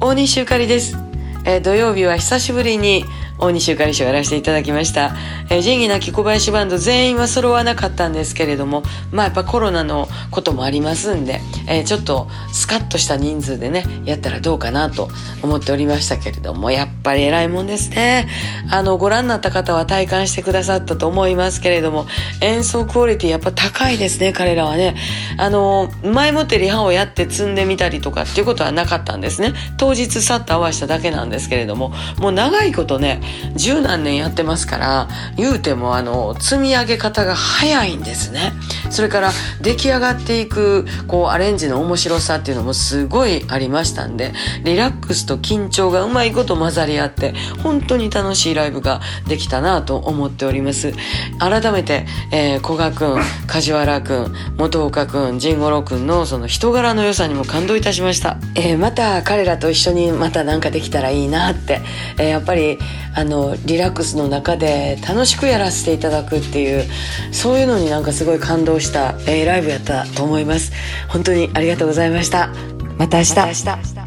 大西ゆかりです。土曜日は久しぶりに大西ゆかりショーをやらせていただきました。仁義なき小林バンド全員は揃わなかったんですけれども、やっぱコロナのこともありますんで、ちょっとスカッとした人数でねやったらどうかなと思っておりましたけれども、やっぱり偉いもんですね。ご覧になった方は体感してくださったと思いますけれども、演奏クオリティやっぱ高いですね。彼らはね、前もってリハをやって積んでみたりとかっていうことはなかったんですね。当日さっと合わせただけなんですけれども、もう長いことね十何年やってますから、言うても積み上げ方が早いんですね。それから出来上がっていくアレンジの面白さっていうのもすごいありましたんで、リラックスと緊張がうまいこと混ざり合って本当に楽しいライブができたなと思っております。改めて、古賀くん、梶原くん、本岡くん、陣五郎くんのその人柄の良さにも感動いたしました。また彼らと一緒にまたなんかできたらいいなって、やっぱりリラックスの中で楽しくやらせていただくっていう、そういうのになんかすごい感動した、ライブやったと思います。本当にありがとうございました。また明日。